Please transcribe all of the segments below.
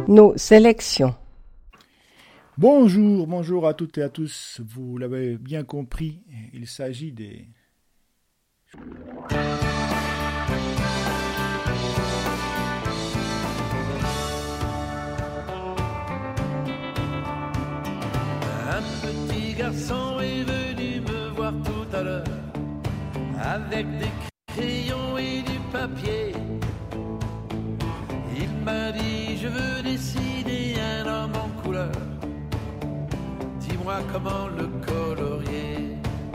Nos sélections. Bonjour à toutes et à tous. Vous l'avez bien compris, il s'agit des... Un petit garçon est venu me voir tout à l'heure avec des crayons et du papier. Il m'a dit je veux dessiner un homme en couleur. Dis-moi comment le colorier.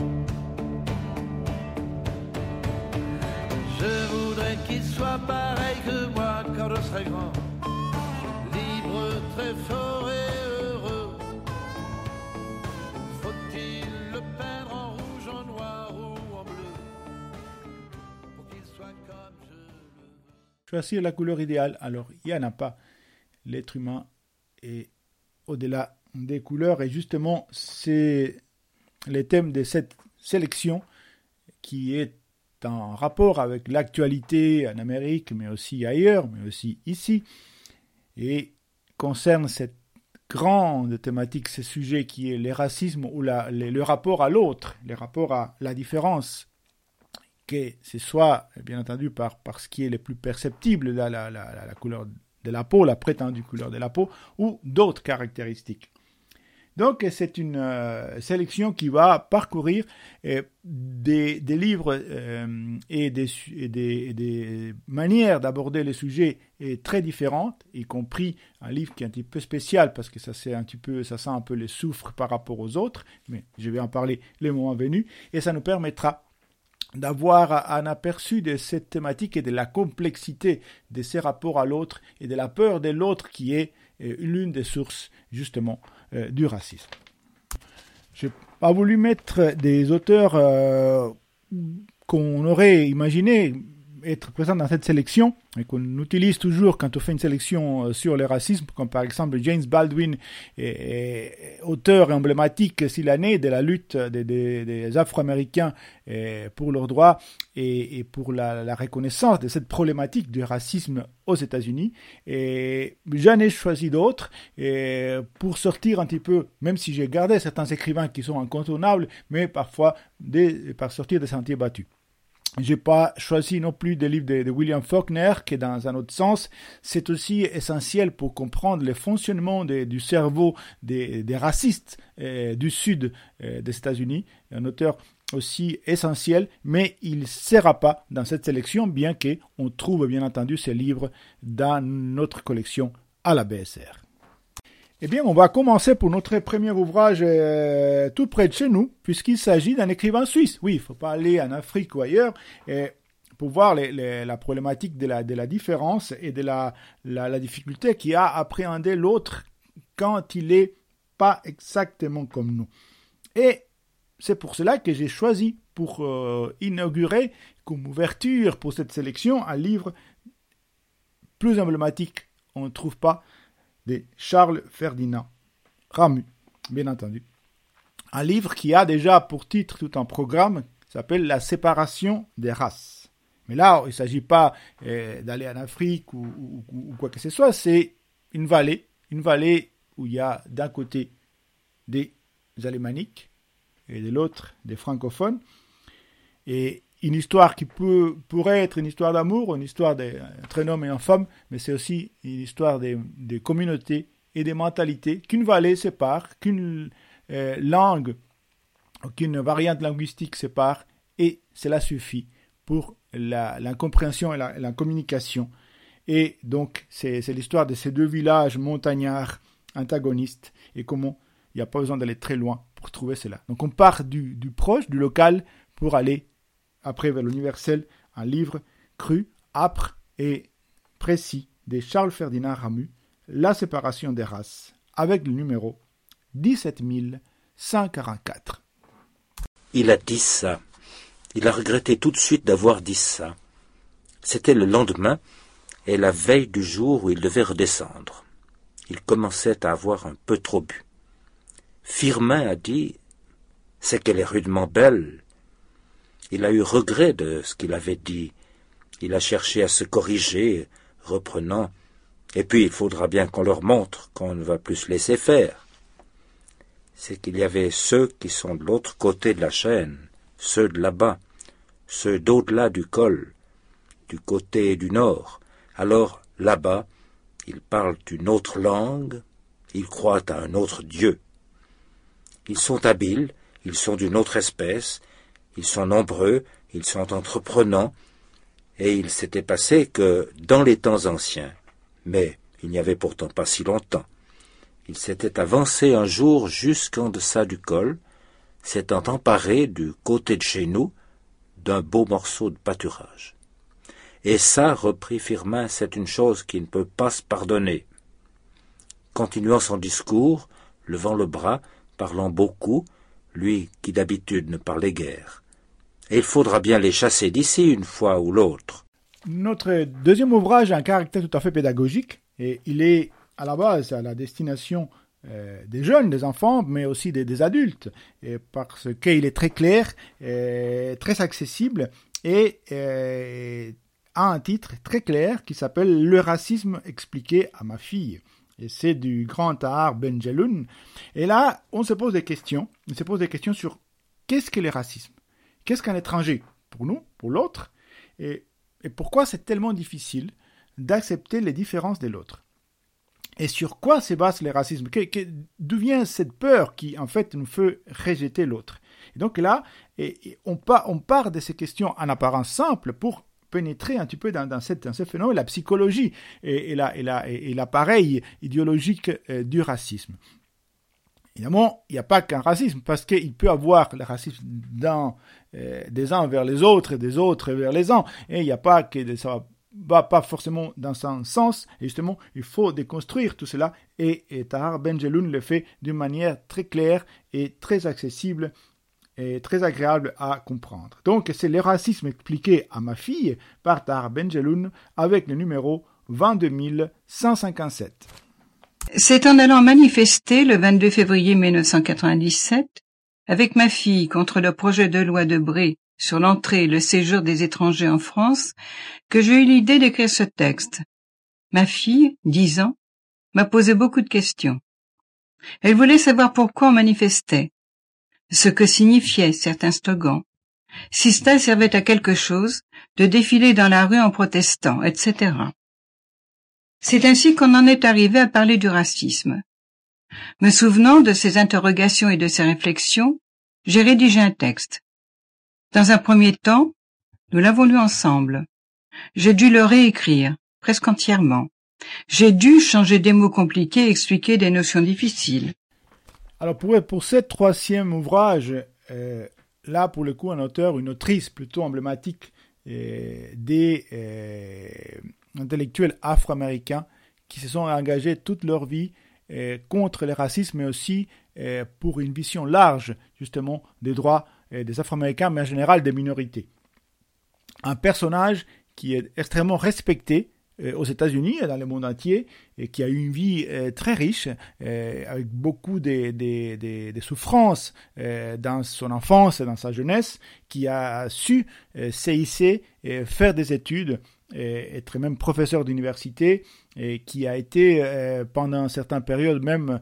Je voudrais qu'il soit pareil que moi quand je serai grand. Libre, très fort et heureux. Faut-il le peindre en rouge, en noir ou en bleu pour qu'il soit comme je le veux. Choisir la couleur idéale, alors il n'y en a pas. L'être humain est au-delà des couleurs et justement c'est le thème de cette sélection qui est en rapport avec l'actualité en Amérique mais aussi ailleurs, mais aussi ici et concerne cette grande thématique, ce sujet qui est le racisme ou le rapport à l'autre, le rapport à la différence, que ce soit bien entendu par ce qui est le plus perceptible, la couleur de la peau, la prétendue couleur de la peau, ou d'autres caractéristiques. Donc c'est une sélection qui va parcourir des livres et des manières d'aborder les sujets très différentes, y compris un livre qui est un petit peu spécial parce que ça sent un peu le soufre par rapport aux autres, mais je vais en parler le moment venu, et ça nous permettra d'avoir un aperçu de cette thématique et de la complexité de ces rapports à l'autre et de la peur de l'autre qui est l'une des sources justement du racisme. Je n'ai pas voulu mettre des auteurs qu'on aurait imaginé être présents dans cette sélection et qu'on utilise toujours quand on fait une sélection sur le racisme, comme par exemple James Baldwin, auteur emblématique s'il en est de la lutte des Afro-Américains pour leurs droits et pour la reconnaissance de cette problématique du racisme aux États-Unis. Et j'en ai choisi d'autres pour sortir un petit peu, même si j'ai gardé certains écrivains qui sont incontournables, mais parfois par sortir des sentiers battus. J'ai pas choisi non plus des livres de William Faulkner, qui est dans un autre sens. C'est aussi essentiel pour comprendre le fonctionnement du cerveau des racistes du sud des États-Unis. Un auteur aussi essentiel, mais il ne sera pas dans cette sélection, bien qu'on trouve bien entendu ces livres dans notre collection à la BSR. Eh bien, on va commencer pour notre premier ouvrage tout près de chez nous, puisqu'il s'agit d'un écrivain suisse. Oui, il ne faut pas aller en Afrique ou ailleurs pour voir la problématique de la différence et de la difficulté qu'il y a à appréhender l'autre quand il n'est pas exactement comme nous. Et c'est pour cela que j'ai choisi pour inaugurer comme ouverture pour cette sélection un livre plus emblématique, on ne trouve pas, de Charles Ferdinand Ramus, bien entendu. Un livre qui a déjà pour titre tout un programme qui s'appelle « La séparation des races ». Mais là, il ne s'agit pas d'aller en Afrique ou quoi que ce soit, c'est une vallée où il y a d'un côté des alémaniques et de l'autre des francophones, et une histoire qui pourrait être une histoire d'amour, une histoire entre un homme et une femme, mais c'est aussi une histoire des communautés et des mentalités qu'une vallée sépare, qu'une langue, qu'une variante linguistique sépare, et cela suffit pour la compréhension et la communication. Et donc, c'est l'histoire de ces deux villages montagnards antagonistes, et comment il n'y a pas besoin d'aller très loin pour trouver cela. Donc, on part du proche, du local, pour aller après vers l'universel, un livre cru, âpre et précis de Charles Ferdinand Ramus, La séparation des races, avec le numéro 17144. Il a dit ça. Il a regretté tout de suite d'avoir dit ça. C'était le lendemain et la veille du jour où il devait redescendre. Il commençait à avoir un peu trop bu. Firmin a dit « C'est qu'elle est rudement belle ». Il a eu regret de ce qu'il avait dit. Il a cherché à se corriger, reprenant Et puis il faudra bien qu'on leur montre qu'on ne va plus se laisser faire. C'est qu'il y avait ceux qui sont de l'autre côté de la chaîne, ceux de là-bas, ceux d'au-delà du col, du côté du nord. Alors, là-bas, ils parlent une autre langue, ils croient à un autre Dieu. Ils sont habiles, ils sont d'une autre espèce, ils sont nombreux, ils sont entreprenants, et il s'était passé que, dans les temps anciens, mais il n'y avait pourtant pas si longtemps, il s'était avancé un jour jusqu'en deçà du col, s'étant emparé du côté de chez nous d'un beau morceau de pâturage. Et ça, reprit Firmin, c'est une chose qui ne peut pas se pardonner. Continuant son discours, levant le bras, parlant beaucoup, lui qui d'habitude ne parlait guère. Et il faudra bien les chasser d'ici une fois ou l'autre. Notre deuxième ouvrage a un caractère tout à fait pédagogique, et il est à la base à la destination des jeunes, des enfants, mais aussi des adultes, et parce qu'il est très clair, très accessible, et a un titre très clair qui s'appelle « Le racisme expliqué à ma fille ». Et c'est du grand Tahar Ben-Jelloun. Et là, on se pose des questions. On se pose des questions sur qu'est-ce que le racisme ? Qu'est-ce qu'un étranger pour nous, pour l'autre ? Et pourquoi c'est tellement difficile d'accepter les différences de l'autre ? Et sur quoi se base le racisme ? D'où vient cette peur qui, en fait, nous fait rejeter l'autre ? Et donc là, on part de ces questions en apparence simples pour pénétrer un petit peu dans ce phénomène, la psychologie et l'appareil idéologique du racisme. Évidemment, il n'y a pas qu'un racisme, parce qu'il peut y avoir le racisme des uns vers les autres et des autres vers les uns, et il n'y a pas que ça va pas forcément dans un sens, et justement, il faut déconstruire tout cela, et Tahar Ben-Jelloun le fait d'une manière très claire et très accessible, et très agréable à comprendre. Donc, c'est le racisme expliqué à ma fille par Tahar Ben-Jelloun avec le numéro 22157. C'est en allant manifester le 22 février 1997 avec ma fille contre le projet de loi de Bré sur l'entrée et le séjour des étrangers en France que j'ai eu l'idée d'écrire ce texte. Ma fille, 10 ans, m'a posé beaucoup de questions. Elle voulait savoir pourquoi on manifestait, ce que signifiaient certains slogans, si cela servait à quelque chose de défiler dans la rue en protestant, etc. C'est ainsi qu'on en est arrivé à parler du racisme. Me souvenant de ces interrogations et de ces réflexions, j'ai rédigé un texte. Dans un premier temps, nous l'avons lu ensemble. J'ai dû le réécrire, presque entièrement. J'ai dû changer des mots compliqués et expliquer des notions difficiles. Alors pour ce troisième ouvrage, là pour le coup un auteur, une autrice plutôt emblématique des intellectuels afro-américains qui se sont engagés toute leur vie contre le racisme, mais aussi pour une vision large justement des droits des Afro-Américains, mais en général des minorités. Un personnage qui est extrêmement respecté aux États-Unis et dans le monde entier, et qui a eu une vie très riche, avec beaucoup de souffrances dans son enfance et dans sa jeunesse, qui a su s'hisser, faire des études, être même professeur d'université, et qui a été pendant certaines périodes même,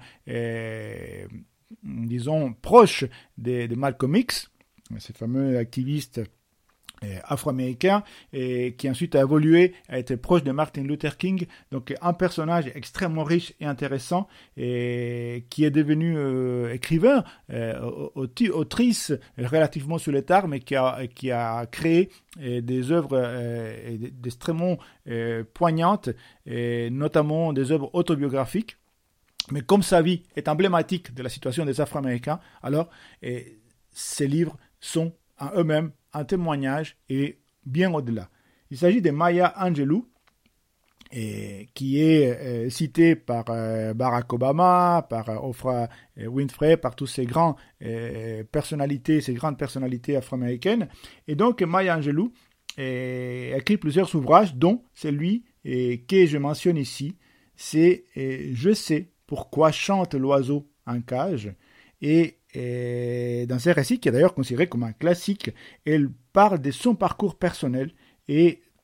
disons, proche de Malcolm X, ce fameux activiste afro-américain, et qui ensuite a évolué, a été proche de Martin Luther King, donc un personnage extrêmement riche et intéressant, et qui est devenu écrivain, autrice relativement sur le tard, mais qui a créé des œuvres extrêmement poignantes, et notamment des œuvres autobiographiques. Mais comme sa vie est emblématique de la situation des Afro-Américains, alors ces livres sont en eux-mêmes un témoignage et bien au-delà. Il s'agit de Maya Angelou, qui est citée par Barack Obama, par Oprah Winfrey, par tous ces grandes personnalités afro-américaines. Et donc Maya Angelou a écrit plusieurs ouvrages, dont celui que je mentionne ici, c'est « Je sais pourquoi chante l'oiseau en cage ». Et dans ce récit, qui est d'ailleurs considéré comme un classique, elle parle de son parcours personnel et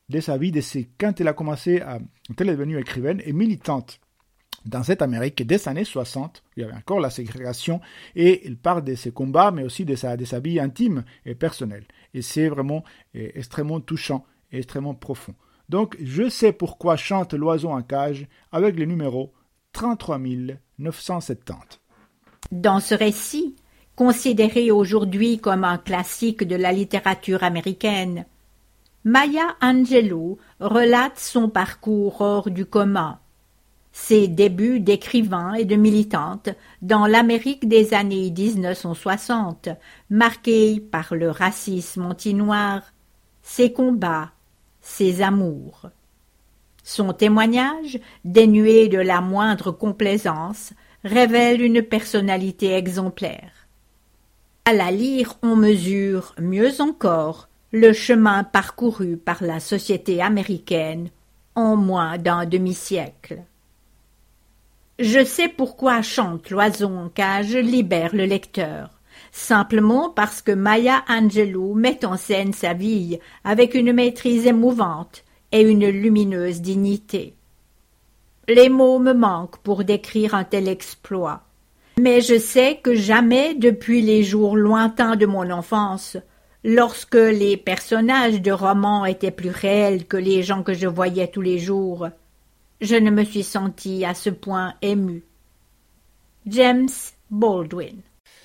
de sa vie, quand elle est devenue écrivaine et militante dans cette Amérique des années 60, il y avait encore la ségrégation, et elle parle de ses combats, mais aussi de sa vie intime et personnelle. Et c'est vraiment extrêmement touchant et extrêmement profond. Donc, je sais pourquoi chante l'oiseau en cage avec le numéro 33 970. Dans ce récit, considéré aujourd'hui comme un classique de la littérature américaine, Maya Angelou relate son parcours hors du commun, ses débuts d'écrivain et de militante dans l'Amérique des années 1960, marquée par le racisme anti-noir, ses combats, ses amours. Son témoignage, dénué de la moindre complaisance, révèle une personnalité exemplaire. À la lire, on mesure, mieux encore, le chemin parcouru par la société américaine en moins d'un demi-siècle. Je sais pourquoi chante l'oiseau en cage libère le lecteur, simplement parce que Maya Angelou met en scène sa vie avec une maîtrise émouvante et une lumineuse dignité. Les mots me manquent pour décrire un tel exploit, mais je sais que jamais depuis les jours lointains de mon enfance, lorsque les personnages de romans étaient plus réels que les gens que je voyais tous les jours, je ne me suis sentie à ce point émue. James Baldwin.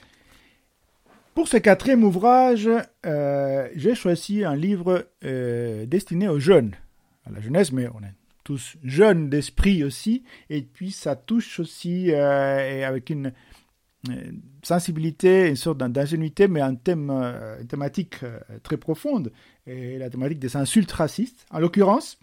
Pour ce 4e ouvrage, j'ai choisi un livre destiné aux jeunes, à la jeunesse, mais on est tous jeunes d'esprit aussi, et puis ça touche aussi avec une sensibilité, une sorte d'ingénuité, mais une thématique très profonde, et la thématique des insultes racistes. En l'occurrence,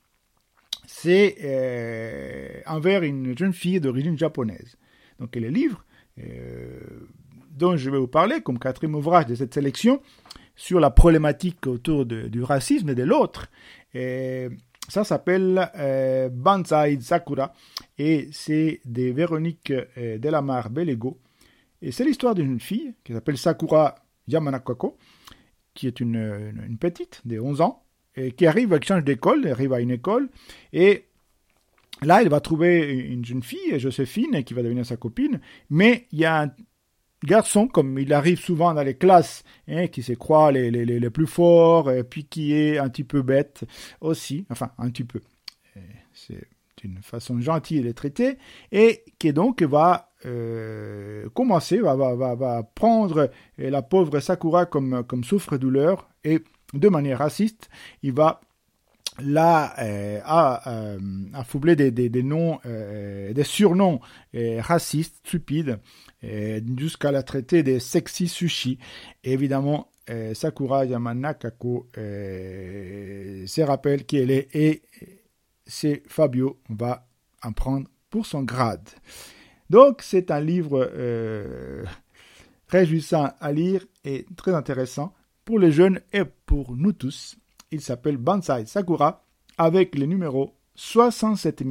c'est envers une jeune fille d'origine japonaise. Donc, le livre dont je vais vous parler, comme 4e ouvrage de cette sélection, sur la problématique autour du racisme et de l'autre, ça s'appelle Banzai Sakura, et c'est de Véronique Delamare Bellego. Et c'est l'histoire d'une fille qui s'appelle Sakura Yamanakako, qui est une petite de 11 ans, et qui arrive, qui change d'école, elle arrive à une école, et là, elle va trouver une jeune fille, Joséphine, qui va devenir sa copine, mais il y a un garçon, comme il arrive souvent dans les classes, qui se croit les plus forts, et puis qui est un petit peu bête aussi, enfin, un petit peu, c'est une façon gentille de les traiter, et qui donc va va prendre la pauvre Sakura comme souffre-douleur, et de manière raciste, il va là affoubler des noms, des surnoms racistes, stupides, jusqu'à la traiter des sexy sushi. Et évidemment, Sakura Yamanakako se rappelle qui elle est, et c'est Fabio va en prendre pour son grade. Donc, c'est un livre réjouissant à lire et très intéressant pour les jeunes et pour nous tous. Il s'appelle Banzai Sakura avec le numéro 67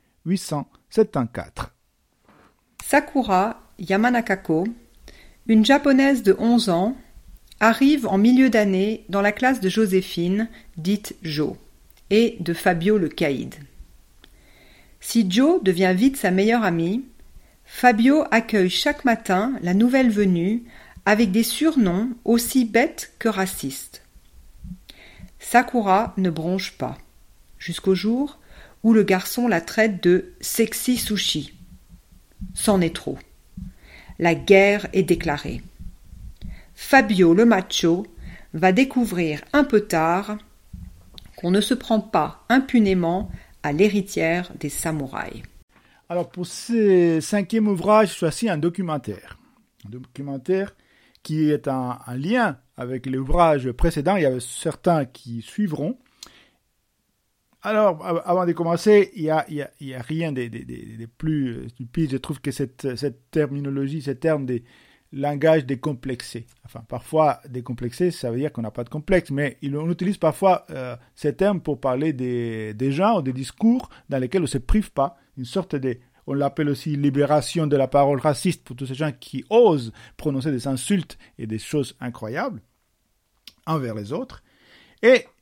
874. Sakura Yamanakako, une japonaise de 11 ans, arrive en milieu d'année dans la classe de Joséphine, dite Jo, et de Fabio le caïd. Si Jo devient vite sa meilleure amie, Fabio accueille chaque matin la nouvelle venue avec des surnoms aussi bêtes que racistes. Sakura ne bronche pas, jusqu'au jour où le garçon la traite de « sexy sushi ». C'en est trop. La guerre est déclarée. Fabio le macho va découvrir un peu tard qu'on ne se prend pas impunément à l'héritière des samouraïs. Alors pour ce 5e ouvrage, je choisis un documentaire. Un documentaire qui est un lien avec l'ouvrage précédent. Il y a certains qui suivront. Alors, avant de commencer, il y a rien de plus stupide. Je trouve que cette terminologie, ce terme de langage décomplexé. Enfin, parfois, décomplexé, ça veut dire qu'on n'a pas de complexe, mais on utilise parfois ces termes pour parler des gens ou des discours dans lesquels on ne se prive pas. Une sorte de, on l'appelle aussi libération de la parole raciste pour tous ces gens qui osent prononcer des insultes et des choses incroyables envers les autres. Et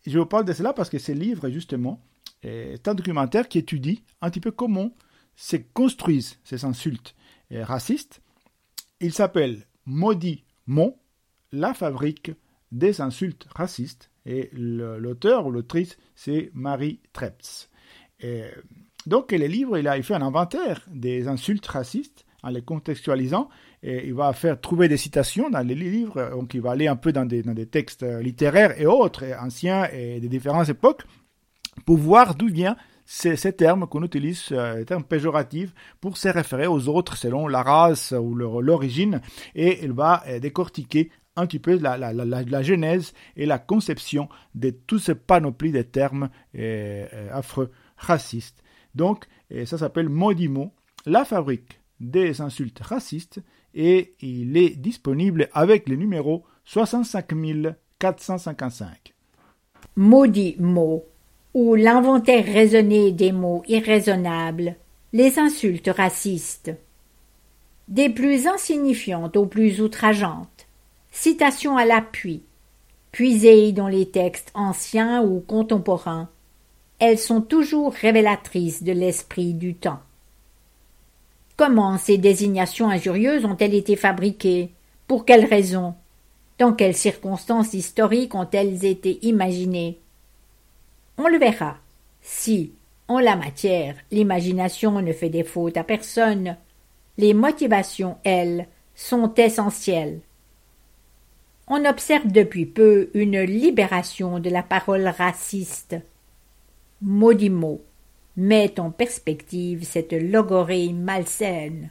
je vous parle de cela parce que ce livre, justement, est un documentaire qui étudie un petit peu comment se construisent ces insultes racistes. Il s'appelle « Maudit mot, la fabrique des insultes racistes » et l'auteur ou l'autrice, c'est Marie Trepps. Donc, le livre, il fait un inventaire des insultes racistes en les contextualisant. Et il va faire trouver des citations dans les livres. Donc, il va aller un peu dans des textes littéraires et autres, anciens et de différentes époques, pour voir d'où vient ces termes qu'on utilise, les termes péjoratifs, pour se référer aux autres selon la race ou l'origine. Et il va décortiquer un petit peu la genèse et la conception de tout ce panoplie de termes affreux, racistes. Donc, ça s'appelle Maudit mot, la fabrique des insultes racistes, et il est disponible avec le numéro 65 455. Maudit mot, ou l'inventaire raisonné des mots irraisonnables, les insultes racistes. Des plus insignifiantes aux plus outrageantes. Citations à l'appui, puisées dans les textes anciens ou contemporains, elles sont toujours révélatrices de l'esprit du temps. Comment ces désignations injurieuses ont-elles été fabriquées? Pour quelles raisons? Dans quelles circonstances historiques ont-elles été imaginées? On le verra. Si, en la matière, l'imagination ne fait défaut à personne, les motivations, elles, sont essentielles. On observe depuis peu une libération de la parole raciste. Maudit mot met en perspective cette logorrhée malsaine.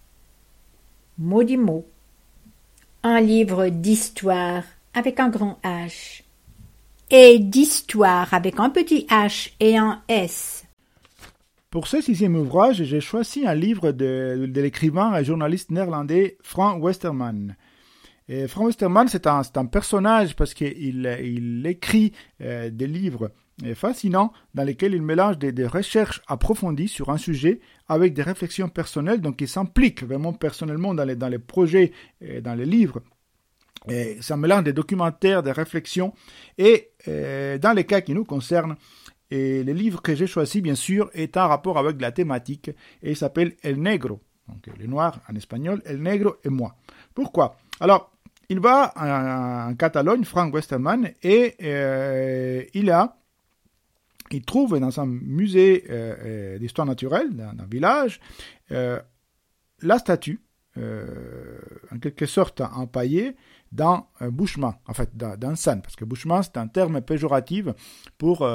Maudit mot. Un livre d'histoire avec un grand H et d'histoire avec un petit H et un S. Pour ce 6e ouvrage, j'ai choisi un livre de l'écrivain et journaliste néerlandais Frank Westerman. Et Frank Westerman, c'est un personnage parce qu'il écrit des livres fascinants dans lesquels il mélange des recherches approfondies sur un sujet avec des réflexions personnelles. Donc, il s'implique vraiment personnellement dans les projets, dans les livres. Et ça mélange des documentaires, des réflexions. Et dans les cas qui nous concernent, le livre que j'ai choisi, bien sûr, est en rapport avec la thématique et il s'appelle El Negro. Donc, le noir en espagnol, El Negro et moi. Pourquoi? Alors, il va en Catalogne, Frank Westerman, et il trouve dans un musée d'histoire naturelle, dans un village, la statue, en quelque sorte empaillée, d'un bushman, en fait, d'un san, parce que bushman, c'est un terme péjoratif pour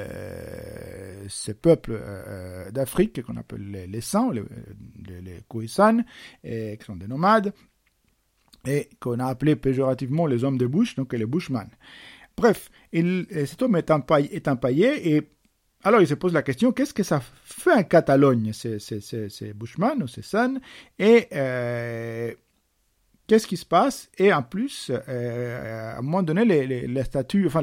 ces peuples d'Afrique qu'on appelle les sans, les Khoisan, qui sont des nomades, et qu'on a appelé péjorativement les hommes de bush, donc les bushman. Bref, cet homme est empaillé, et alors il se pose la question, qu'est-ce que ça fait en Catalogne, ces bushman ou ces san, et qu'est-ce qui se passe? Et en plus, à un moment donné, les statues, enfin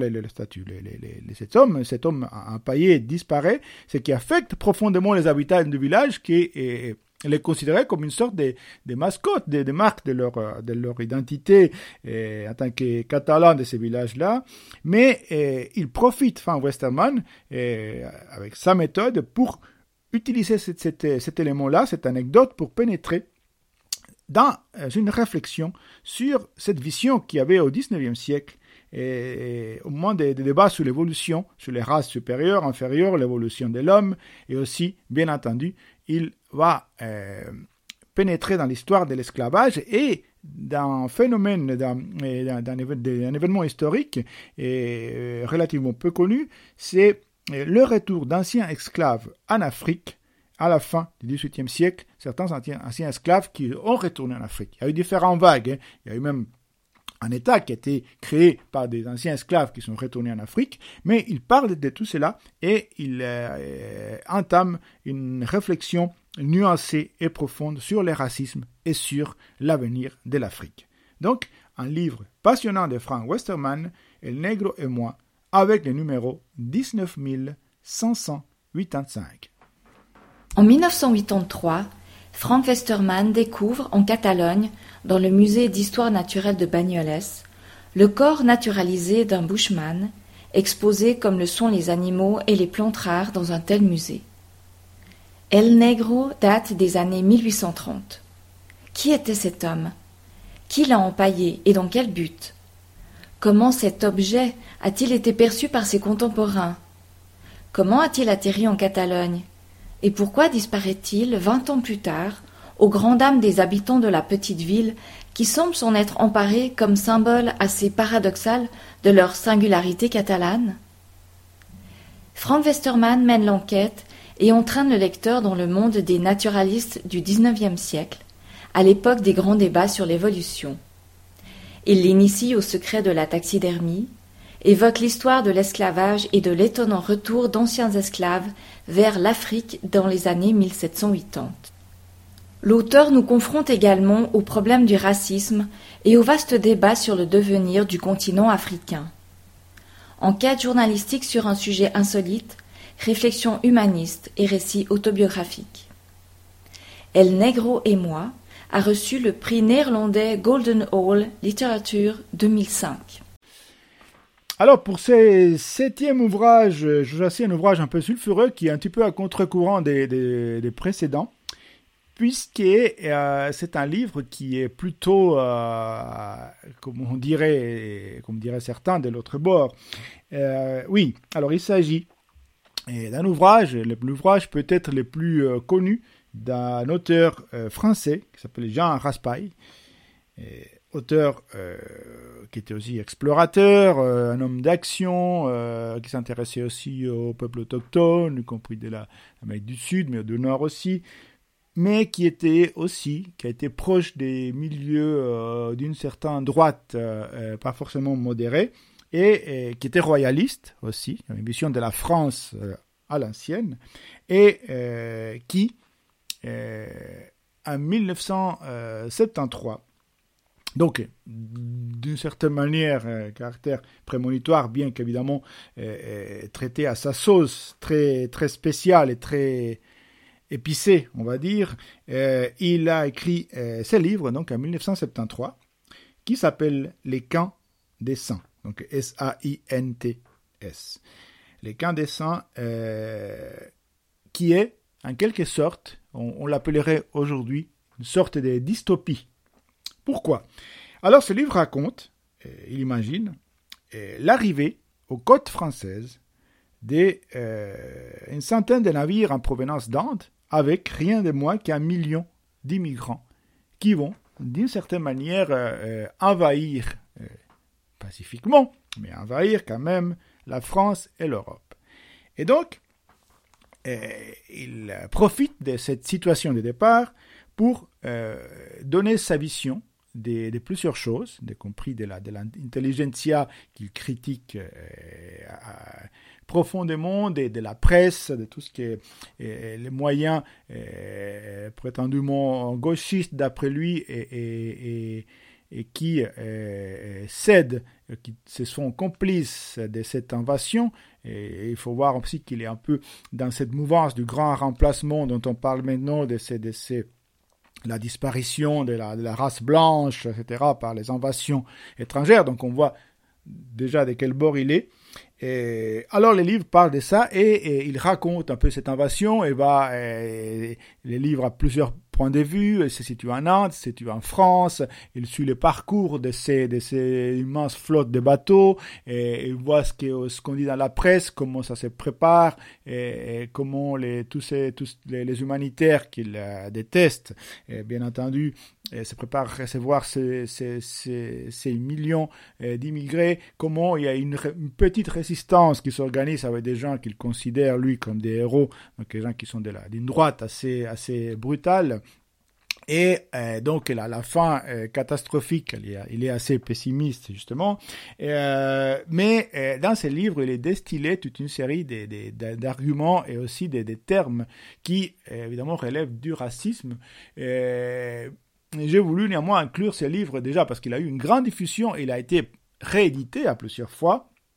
cet homme empaillé disparaît, ce qui affecte profondément les habitants du village qui les considéraient comme une sorte de mascotte, de marque de leur identité en tant que catalan de ces villages-là. Mais il profite, Westerman, avec sa méthode, pour utiliser cet élément-là, cette anecdote, pour pénétrer dans une réflexion sur cette vision qu'il y avait au XIXe siècle, et au moment des débats sur l'évolution, sur les races supérieures, inférieures, l'évolution de l'homme, et aussi, bien entendu, il va pénétrer dans l'histoire de l'esclavage et d'un phénomène, d'un événement historique relativement peu connu, c'est le retour d'anciens esclaves en Afrique à la fin du XVIIIe siècle, certains anciens esclaves qui ont retourné en Afrique. Il y a eu différentes vagues, il y a eu même un État qui a été créé par des anciens esclaves qui sont retournés en Afrique, mais il parle de tout cela et il entame une réflexion nuancée et profonde sur le racisme et sur l'avenir de l'Afrique. Donc, un livre passionnant de Frank Westerman, El Negro et moi, avec le numéro 19585. En 1983, Frank Westerman découvre en Catalogne, dans le musée d'histoire naturelle de Banyoles, le corps naturalisé d'un bushman exposés comme le sont les animaux et les plantes rares dans un tel musée. El Negro date des années 1830. Qui était cet homme? Qui l'a empaillé et dans quel but? Comment cet objet a-t-il été perçu par ses contemporains? Comment a-t-il atterri en Catalogne? Et pourquoi disparaît-il 20 ans plus tard, aux grandes dames des habitants de la petite ville qui semblent s'en être emparés comme symbole assez paradoxal de leur singularité catalane? Frank Westermann mène l'enquête et entraîne le lecteur dans le monde des naturalistes du XIXe siècle, à l'époque des grands débats sur l'évolution. Il l'initie au secret de la taxidermie, évoque l'histoire de l'esclavage et de l'étonnant retour d'anciens esclaves vers l'Afrique dans les années 1780. L'auteur nous confronte également au problème du racisme et au vaste débat sur le devenir du continent africain. Enquête journalistique sur un sujet insolite, réflexion humaniste et récit autobiographique. El Negro et moi a reçu le prix néerlandais Golden Hall Littérature 2005. Alors pour ce 7e ouvrage, je choisis un ouvrage un peu sulfureux qui est un petit peu à contre-courant des précédents, puisque c'est un livre qui est plutôt, comme diraient certains de l'autre bord. Oui, alors il s'agit d'un ouvrage, l'ouvrage peut-être le plus connu d'un auteur français qui s'appelle Jean Raspail, auteur qui était aussi explorateur, un homme d'action, qui s'intéressait aussi aux peuples autochtones, y compris de l'Amérique du Sud, mais du Nord aussi, mais qui a été proche des milieux d'une certaine droite, pas forcément modérée, et qui était royaliste aussi, une vision de la France à l'ancienne, et qui, en 1973, donc, d'une certaine manière, caractère prémonitoire, bien qu'évidemment traité à sa sauce, très, très spéciale et très épicé, on va dire, il a écrit ce livre, donc en 1973, qui s'appelle Les Camps des Saints, donc S-A-I-N-T-S. Les Camps des Saints, qui est, en quelque sorte, on l'appellerait aujourd'hui, une sorte de dystopie. Pourquoi? Alors ce livre raconte, il imagine, l'arrivée aux côtes françaises d'une centaine de navires en provenance d'Inde, avec rien de moins qu'1 million d'immigrants qui vont, d'une certaine manière, envahir, pacifiquement, mais envahir quand même la France et l'Europe. Et donc, il profite de cette situation de départ pour donner sa vision de plusieurs choses, y compris de l'intelligentsia qu'il critique profondément, de la presse, de tout ce qui est les moyens prétendument gauchistes d'après lui et qui cèdent, qui se sont complices de cette invasion. Et il faut voir aussi qu'il est un peu dans cette mouvance du grand remplacement dont on parle maintenant, de la disparition de la race blanche, etc., par les invasions étrangères. Donc on voit déjà de quel bord il est. Et alors les livres parlent de ça et il raconte un peu cette invasion et les livres à plusieurs points de vue. Il se situe en Inde, il se situe en France, il suit le parcours de ces immenses flottes de bateaux et il voit ce qu'on dit dans la presse, comment ça se prépare et comment tous les humanitaires qu'il déteste, bien entendu, se préparent à recevoir ces millions d'immigrés, comment il y a une petite résistance qui s'organise avec des gens qu'il considère, lui, comme des héros, donc des gens qui sont d'une droite assez brutale. Et donc, la fin catastrophique, il est assez pessimiste, justement. Mais dans ce livre, il est distillé toute une série d'arguments et aussi des termes qui, évidemment, relèvent du racisme. J'ai voulu néanmoins inclure ce livre déjà parce qu'il a eu une grande diffusion et il a été réédité à plusieurs fois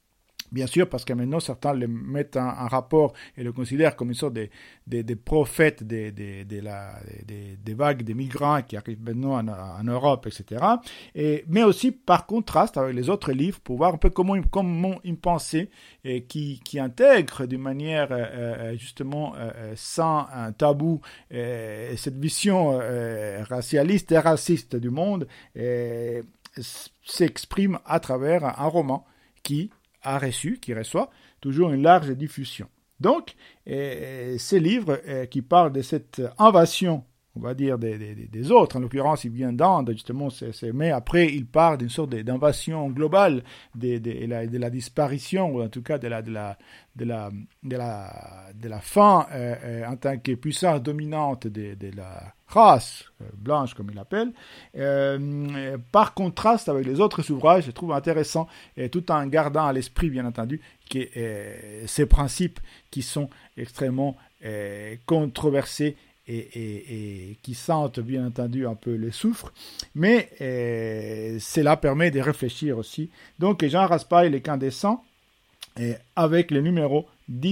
Bien sûr, parce que maintenant, certains le mettent en rapport et le considèrent comme une sorte de prophète des vagues de migrants qui arrivent maintenant en Europe, etc. Mais aussi, par contraste avec les autres livres, pour voir un peu comment une pensée qui intègre d'une manière justement sans un tabou cette vision racialiste et raciste du monde s'exprime à travers un roman qui reçoit toujours une large diffusion. Donc, ces livres qui parlent de cette invasion, on va dire, des autres, en l'occurrence, il vient d'Inde, justement, mais après, il parle d'une sorte d'invasion globale de la disparition, ou en tout cas de la fin en tant que puissance dominante de la race blanche, comme il l'appelle, par contraste avec les autres ouvrages, je trouve intéressant, tout en gardant à l'esprit, bien entendu, que ces principes qui sont extrêmement controversés et qui sentent bien entendu un peu le soufre, mais cela permet de réfléchir aussi. Donc Jean Raspail, L'incandescent, avec le numéro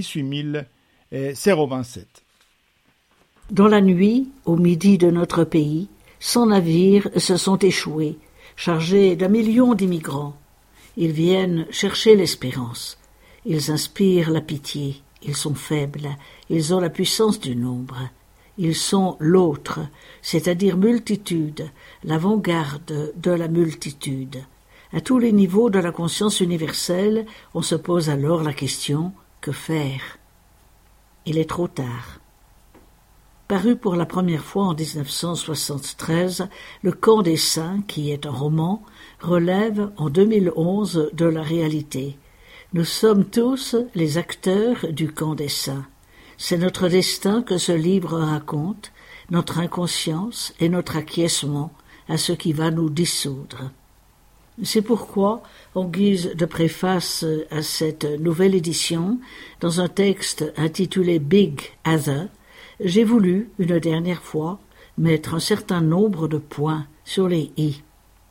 18027. Dans la nuit, au midi de notre pays, 100 navires se sont échoués, chargés d'1 million d'immigrants. Ils viennent chercher l'espérance. Ils inspirent la pitié. Ils sont faibles. Ils ont la puissance du nombre. Ils sont l'autre, c'est-à-dire multitude, l'avant-garde de la multitude. À tous les niveaux de la conscience universelle, on se pose alors la question « que faire ?» Il est trop tard. Paru pour la première fois en 1973, Le Camp des Saints, qui est un roman, relève en 2011 de la réalité. Nous sommes tous les acteurs du Camp des Saints. C'est notre destin que ce livre raconte, notre inconscience et notre acquiescement à ce qui va nous dissoudre. C'est pourquoi, en guise de préface à cette nouvelle édition, dans un texte intitulé Big Other, j'ai voulu, une dernière fois, mettre un certain nombre de points sur les i.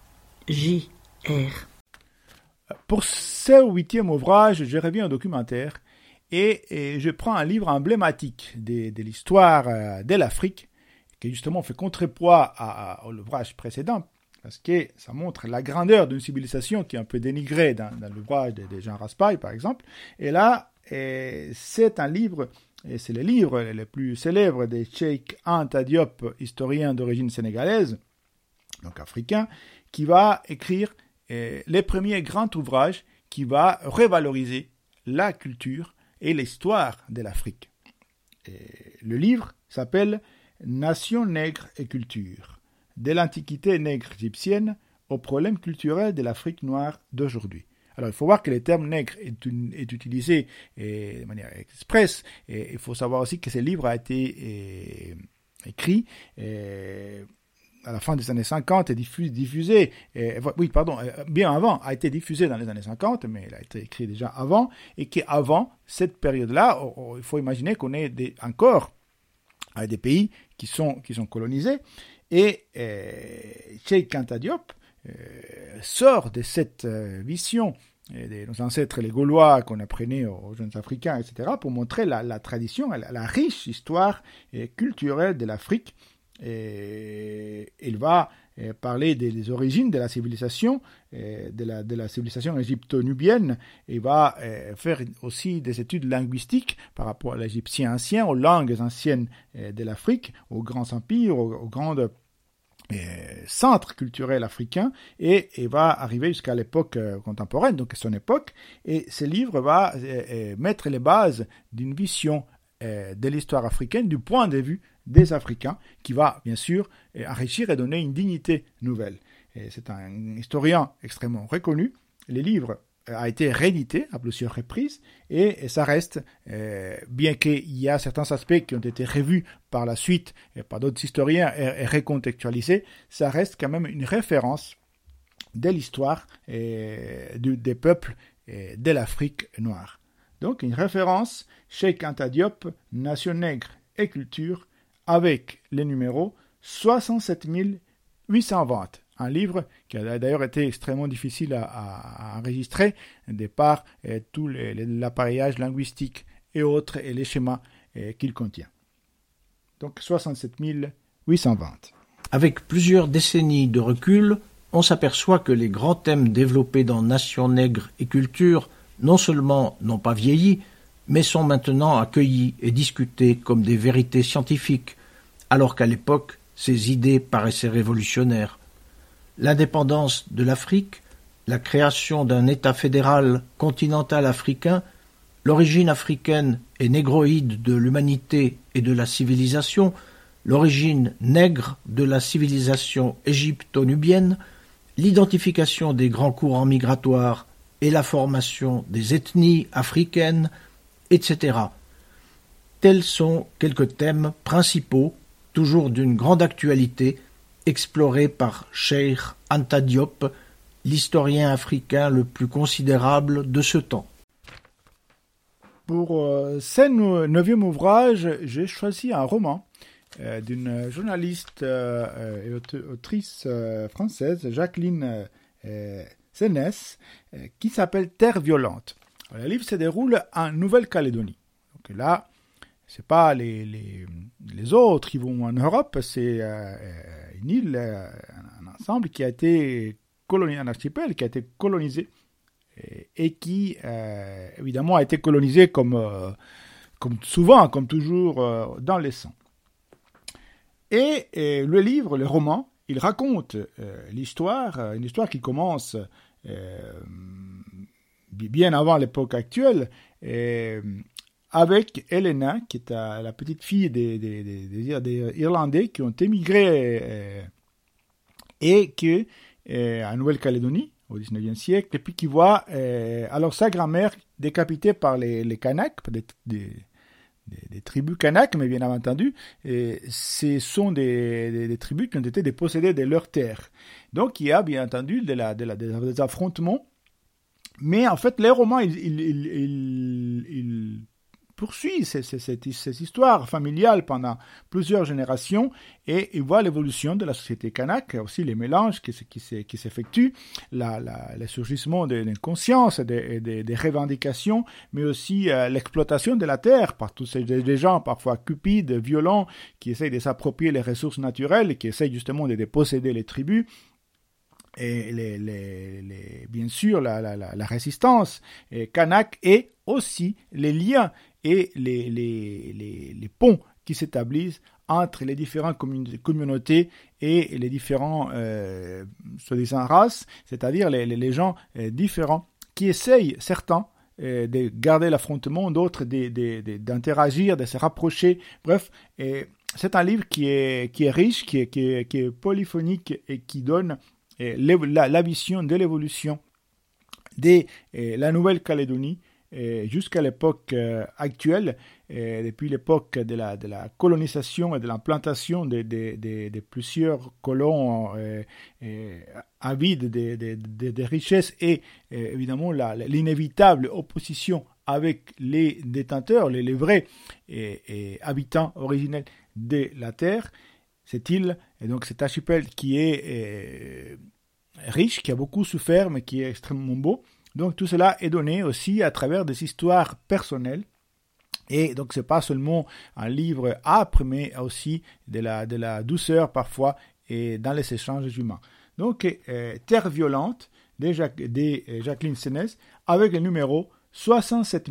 J.R. Pour ce 8e ouvrage, je reviens au documentaire et je prends un livre emblématique de l'histoire de l'Afrique, qui justement fait contrepoids à l'ouvrage précédent, parce que ça montre la grandeur d'une civilisation qui est un peu dénigrée dans l'ouvrage de Jean Raspail, par exemple. Et là, c'est un livre, et c'est le livre le plus célèbre de Cheikh Anta Diop, historien d'origine sénégalaise, donc africain, qui va écrire les premiers grands ouvrages qui va revaloriser la culture et l'histoire de l'Afrique. Le livre s'appelle « Nation nègre et culture, de l'antiquité nègre égyptienne aux problèmes culturels de l'Afrique noire d'aujourd'hui ». Alors, il faut voir que le terme nègre est utilisé de manière expresse. Et il faut savoir aussi que ce livre a été écrit à la fin des années 50 et diffusé, bien avant, a été diffusé dans les années 50, mais il a été écrit déjà avant, et qu'avant cette période-là, il faut imaginer qu'on est encore à des pays qui sont colonisés, et Cheikh Anta Diop sort de cette vision de nos ancêtres les Gaulois qu'on apprenait aux jeunes Africains, etc., pour montrer la tradition, la riche histoire culturelle de l'Afrique. Et il va parler des origines de la civilisation, de la civilisation égypto-nubienne. Il va faire aussi des études linguistiques par rapport à l'égyptien ancien, aux langues anciennes de l'Afrique, aux grands empires, aux grandes centres culturels africains, et va arriver jusqu'à l'époque contemporaine, donc son époque. Et ce livre va mettre les bases d'une vision de l'histoire africaine du point de vue des Africains, qui va bien sûr enrichir et donner une dignité nouvelle. Et c'est un historien extrêmement reconnu. Le livre a été réédité à plusieurs reprises et ça reste, bien qu'il y a certains aspects qui ont été revus par la suite par d'autres historiens et recontextualisés, ça reste quand même une référence de l'histoire des peuples de l'Afrique noire. Donc une référence, Cheikh Anta Diop, Nation nègre et culture, avec le numéro 67 820 un livre qui a d'ailleurs été extrêmement difficile à enregistrer, de par tout l'appareillage linguistique et autres, et les schémas qu'il contient. Donc 67 820. Avec plusieurs décennies de recul, on s'aperçoit que les grands thèmes développés dans Nation nègre et culture non seulement n'ont pas vieilli, mais sont maintenant accueillis et discutés comme des vérités scientifiques, alors qu'à l'époque, ces idées paraissaient révolutionnaires. L'indépendance de l'Afrique, la création d'un État fédéral continental africain, l'origine africaine et négroïde de l'humanité et de la civilisation, l'origine nègre de la civilisation égypto-nubienne, l'identification des grands courants migratoires et la formation des ethnies africaines, etc. Tels sont quelques thèmes principaux, toujours d'une grande actualité, explorés par Cheikh Anta Diop, l'historien africain le plus considérable de ce temps. Pour ce 9e ouvrage, j'ai choisi un roman d'une journaliste et autrice française, Jacqueline Sénès, qui s'appelle Terre violente. Le livre se déroule en Nouvelle-Calédonie. Donc là, c'est pas les autres qui vont en Europe, c'est une île, un ensemble qui a été colonisé, un archipel qui a été colonisé et qui, évidemment, a été colonisé comme souvent, comme toujours, dans les sangs. Et le livre, le roman, il raconte l'histoire, une histoire qui commence bien avant l'époque actuelle, avec Helena, qui est la petite fille des Irlandais qui ont émigré et qui en Nouvelle-Calédonie au XIXe siècle, et puis qui voit alors sa grand-mère décapitée par les Kanaks, des tribus Kanaks, mais bien entendu, ce sont des tribus qui ont été dépossédées de leurs terres. Donc il y a bien entendu des affrontements, mais en fait les romans ils poursuit cette histoire familiale pendant plusieurs générations, et il voit l'évolution de la société kanak, aussi les mélanges qui s'effectuent, le surgissement des consciences, des revendications, mais aussi l'exploitation de la terre par tous ces gens parfois cupides, violents, qui essayent de s'approprier les ressources naturelles, qui essayent justement de déposséder les tribus. Et bien sûr la résistance kanak, et aussi les liens et les ponts qui s'établissent entre les différentes communautés et les différents soi-disant races, c'est-à-dire les gens différents qui essayent, certains, de garder l'affrontement, d'autres d'interagir, de se rapprocher. Bref, c'est un livre qui est riche, qui est polyphonique et qui donne la vision de l'évolution de la Nouvelle-Calédonie jusqu'à l'époque actuelle, depuis l'époque de la colonisation et de l'implantation de plusieurs colons avides des richesses, et évidemment l'inévitable opposition avec les détenteurs, les vrais habitants originels de la terre, cette île, et donc cet archipel qui est riche, qui a beaucoup souffert, mais qui est extrêmement beau. Donc tout cela est donné aussi à travers des histoires personnelles. Et donc c'est pas seulement un livre âpre, mais aussi de la douceur parfois, et dans les échanges humains. Donc Terre violente de Jacqueline Sénès, avec le numéro 67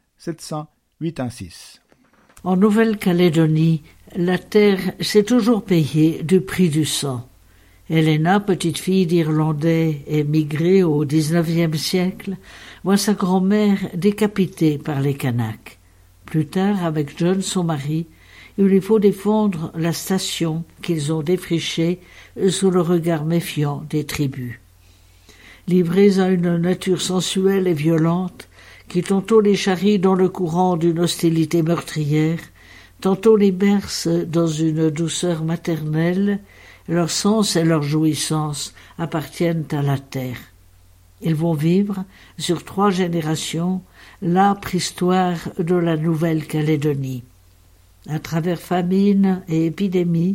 786. En Nouvelle-Calédonie, la terre s'est toujours payée du prix du sang. Helena, petite fille d'Irlandais émigrée au XIXe siècle, voit sa grand-mère décapitée par les Kanaks. Plus tard, avec John, son mari, il lui faut défendre la station qu'ils ont défrichée sous le regard méfiant des tribus. Livrés à une nature sensuelle et violente, qui tantôt les charrie dans le courant d'une hostilité meurtrière, tantôt les berce dans une douceur maternelle, leur sens et leur jouissance appartiennent à la terre. Ils vont vivre, sur 3 générations, l'âpre histoire de la Nouvelle-Calédonie. À travers famine et épidémie,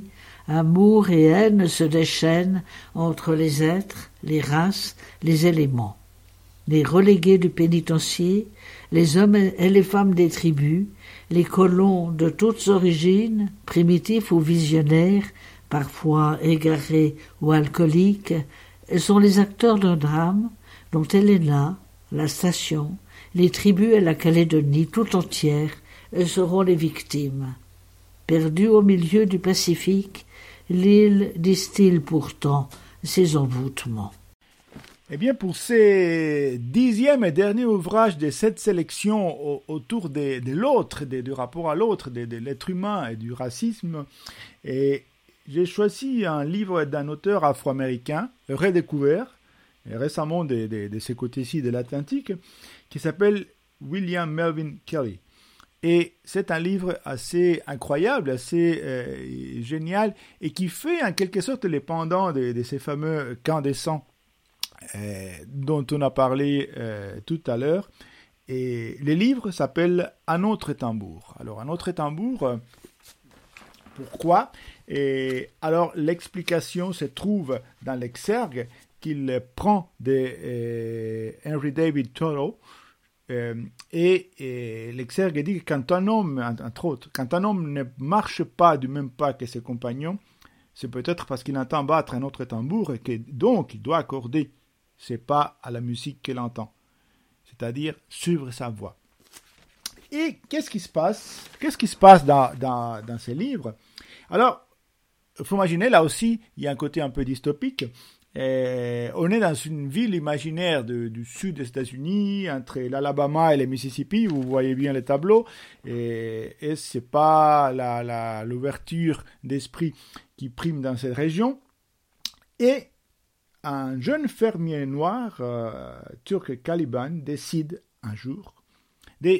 Amour et haine se déchaînent entre les êtres, les races, les éléments. Les relégués du pénitencier, les hommes et les femmes des tribus, les colons de toutes origines, primitifs ou visionnaires, parfois égarés ou alcooliques, sont les acteurs d'un drame dont Helena, la station, les tribus et la Calédonie tout entière seront les victimes. Perdue au milieu du Pacifique, l'île distille pourtant ses envoûtements. Eh bien, pour ce 10e et dernier ouvrage de cette sélection autour de l'autre, du rapport à l'autre, de l'être humain et du racisme, et j'ai choisi un livre d'un auteur afro-américain, redécouvert, récemment de ce côté-ci de l'Atlantique, qui s'appelle William Melvin Kelly. Et c'est un livre assez incroyable, assez génial, et qui fait en quelque sorte les pendants de ces fameux camps des sangs dont on a parlé tout à l'heure. Et le livre s'appelle Un autre tambour. Alors, Un autre tambour, pourquoi? Et alors, l'explication se trouve dans l'exergue qu'il prend de Henry David Thoreau. Et l'exergue dit que quand un homme, entre autres, quand un homme ne marche pas du même pas que ses compagnons, c'est peut-être parce qu'il entend battre un autre tambour et que donc il doit accorder ses pas à la musique qu'il entend, c'est-à-dire suivre sa voix. Et qu'est-ce qui se passe? Qu'est-ce qui se passe dans ces livres? Alors, il faut imaginer, là aussi, il y a un côté un peu dystopique. On est dans une ville imaginaire du sud des États-Unis, entre l'Alabama et le Mississippi, vous voyez bien les tableaux, et c'est pas l'ouverture d'esprit qui prime dans cette région. Et un jeune fermier noir, turc Caliban, décide un jour de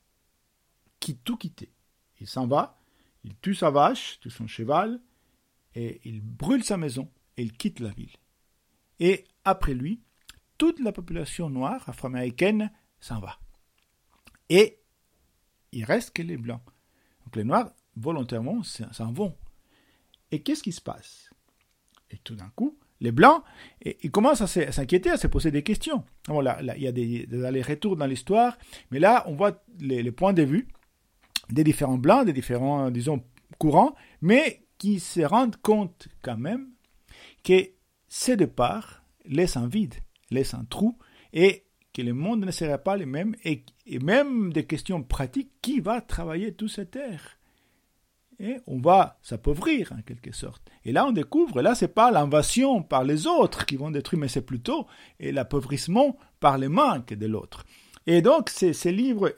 tout quitter. Il s'en va, il tue sa vache, tue son cheval, et il brûle sa maison, et il quitte la ville. Et après lui, toute la population noire afro-américaine s'en va. Et il reste que les blancs. Donc les noirs, volontairement, s'en vont. Et qu'est-ce qui se passe? Et tout d'un coup, les blancs, ils commencent à s'inquiéter, à se poser des questions. Bon, là, il y a des allers-retours dans l'histoire, mais là, on voit les points de vue des différents blancs, des différents, disons, courants, mais qui se rendent compte quand même que ces départs laissent un vide, laissent un trou, et que le monde ne serait pas le même, et même des questions pratiques, qui va travailler toute cette terre? Et on va s'appauvrir en quelque sorte. Et là on découvre, là c'est pas l'invasion par les autres qui vont détruire, mais c'est plutôt l'appauvrissement par le manque de l'autre. Et donc ces livres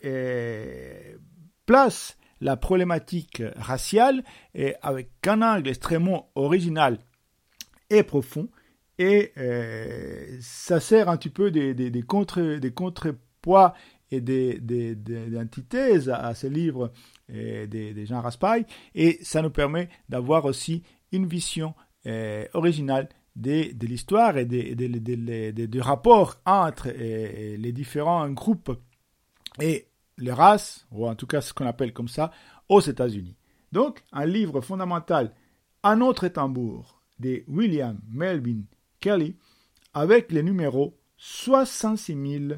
placent la problématique raciale avec un angle extrêmement original et profond, et ça sert un petit peu des contrepoids et d'antithèses à ces livres des Jean Raspail, et ça nous permet d'avoir aussi une vision originale de l'histoire et des rapports entre les différents groupes et les races, ou en tout cas ce qu'on appelle comme ça, aux États-Unis. Donc, un livre fondamental, Un autre tambour, de William Melvin Kelly, avec le numéro 66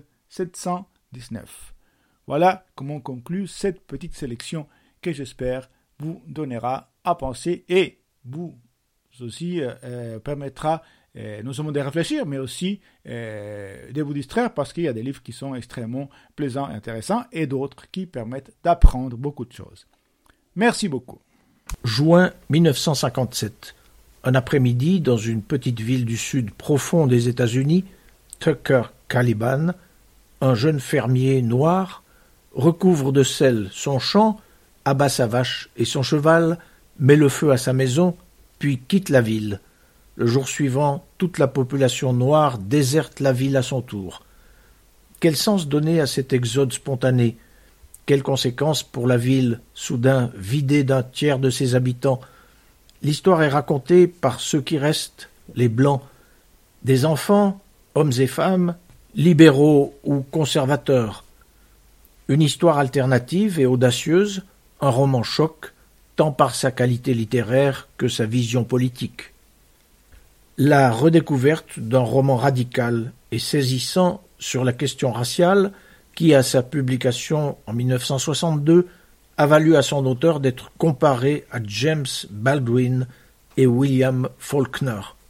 719. Voilà comment on conclut cette petite sélection que j'espère vous donnera à penser et vous aussi permettra non seulement de réfléchir, mais aussi de vous distraire, parce qu'il y a des livres qui sont extrêmement plaisants et intéressants et d'autres qui permettent d'apprendre beaucoup de choses. Merci beaucoup. Juin 1957. Un après-midi, dans une petite ville du sud profond des États-Unis, Tucker Caliban, un jeune fermier noir, recouvre de sel son champ, abat sa vache et son cheval, met le feu à sa maison, puis quitte la ville. Le jour suivant, toute la population noire déserte la ville à son tour. Quel sens donner à cet exode spontané? Quelles conséquences pour la ville, soudain vidée d'un tiers de ses habitants? L'histoire est racontée par ceux qui restent, les Blancs, des enfants, hommes et femmes, libéraux ou conservateurs. Une histoire alternative et audacieuse, un roman choc, tant par sa qualité littéraire que sa vision politique. La redécouverte d'un roman radical et saisissant sur la question raciale qui, à sa publication en 1962, a valu à son auteur d'être comparé à James Baldwin et William Faulkner.